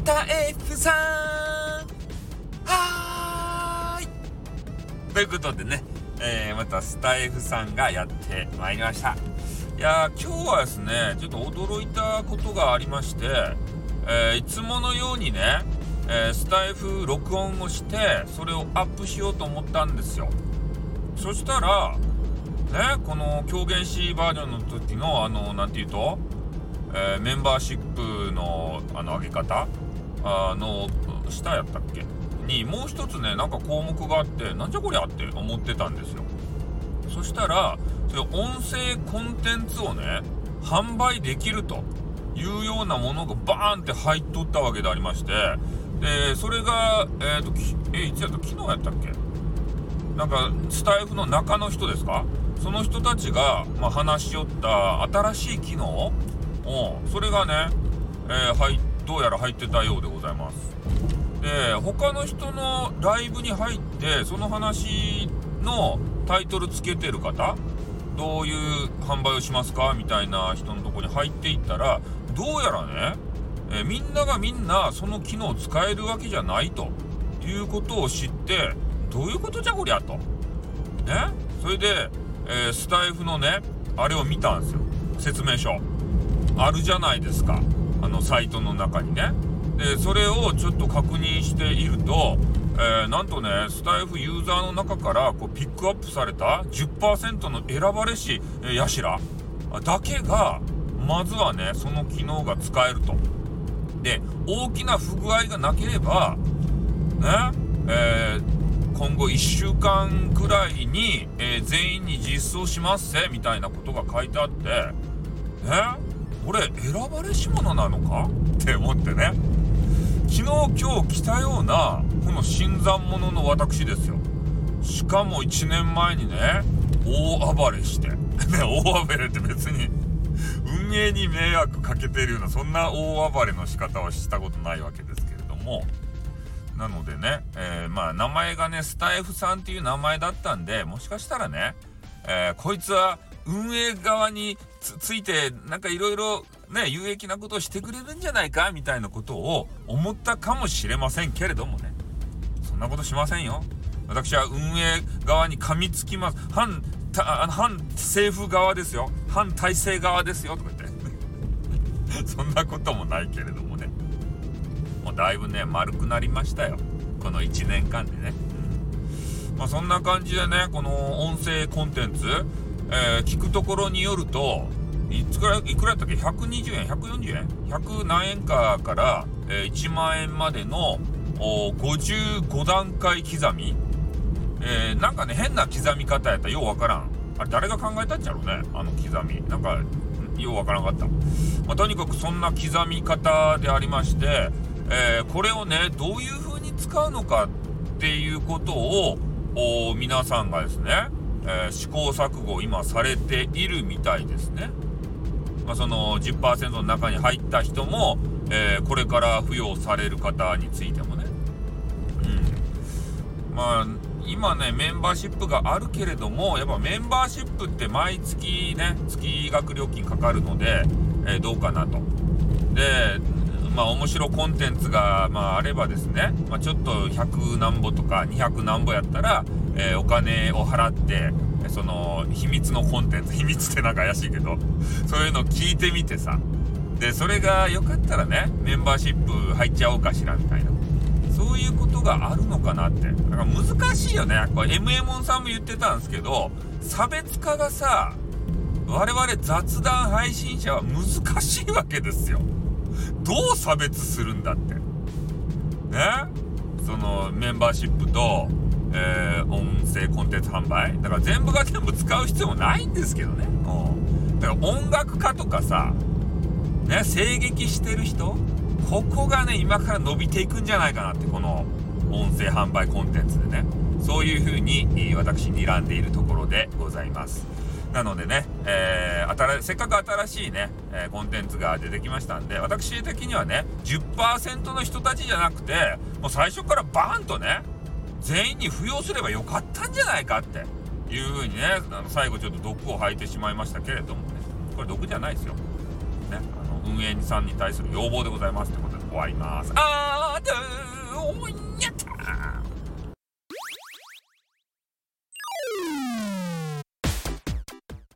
スタイフさんはーいということでね、またスタイフさんがやってまいりました。いやー、今日はですねちょっと驚いたことがありまして、いつものようにね、スタイフ録音をしてそれをアップしようと思ったんですよ。そしたらね、この狂言師バージョンの時のなんていうと、メンバーシップの上げ方の下やったっけにもう一つね、なんか項目があって、なんじゃこりゃって思ってたんですよ。そしたらそれ音声コンテンツをね販売できるというようなものがバーンって入っとったわけでありまして、でそれがいつやった、昨日やったっけ、なんかスタイフの中の人ですか、その人たちが、話し寄った新しい機能それがね、どうやら入ってたようでございます。で他の人のライブに入ってその話のタイトルつけてる方、どういう販売をしますかみたいな人のとこに入っていったら、どうやらね、みんながみんなその機能を使えるわけじゃないということを知って、どういうことじゃこりゃとね。それで、スタイフのねあれを見たんですよ。説明書あるじゃないですか、サイトの中にね。でそれをちょっと確認していると、なんとねスタイフユーザーの中からこうピックアップされた 10% の選ばれしやしらだけがまずはねその機能が使えると。で大きな不具合がなければね、今後1週間くらいに、全員に実装しますせみたいなことが書いてあって、これ選ばれし者なのかって思ってね、昨日今日来たようなこの新参者の私ですよ。しかも1年前にね大暴れしてね、大暴れって別に運営に迷惑かけてるようなそんな大暴れの仕方はしたことないわけですけれども、なのでね、名前がねスタイフさんっていう名前だったんで、もしかしたらね、こいつは運営側についてなんかいろいろね有益なことをしてくれるんじゃないかみたいなことを思ったかもしれませんけれどもね、そんなことしませんよ。私は運営側に噛みつきます。反政府側ですよ、反体制側ですよとか言ってそんなこともないけれどもね、もうだいぶね丸くなりましたよ、この1年間でね。そんな感じでね、この音声コンテンツ、聞くところによるといくらやったっけ、120円140円100何円かから、1万円までの55段階刻み、なんかね変な刻み方やったらようわからん。あれ誰が考えたんじゃろうね、刻みなんかようわからんかった。とにかくそんな刻み方でありまして、これをねどういう風に使うのかっていうことを皆さんがですね、試行錯誤を今されているみたいですね。その 10% の中に入った人も、これから付与される方についてもね、今ねメンバーシップがあるけれども、やっぱメンバーシップって毎月ね月額料金かかるので、どうかなと。で面白コンテンツがあればですね、ちょっと100何ぼとか200何ぼやったら、お金を払ってその秘密のコンテンツ、秘密ってなんか怪しいけどそういうのを聞いてみてさ、でそれがよかったらねメンバーシップ入っちゃおうかしらみたいな、そういうことがあるのかなって。だから難しいよね。これ MMON さんも言ってたんですけど、差別化がさ我々雑談配信者は難しいわけですよ。どう差別するんだってね。そのメンバーシップと、音声コンテンツ販売だから全部が全部使う必要もないんですけどね。だから音楽家とかさね、声劇してる人、ここがね今から伸びていくんじゃないかなって、この音声販売コンテンツでね、そういう風に私睨んでいるところでございます。なのでね、せっかく新しいね、コンテンツが出てきましたんで、私的にはね 10% の人たちじゃなくてもう最初からバーンとね全員に付与すればよかったんじゃないかっていう風にね、最後ちょっと毒を吐いてしまいましたけれどもね、これ毒じゃないですよね、運営さんに対する要望でございますってことで終わります。では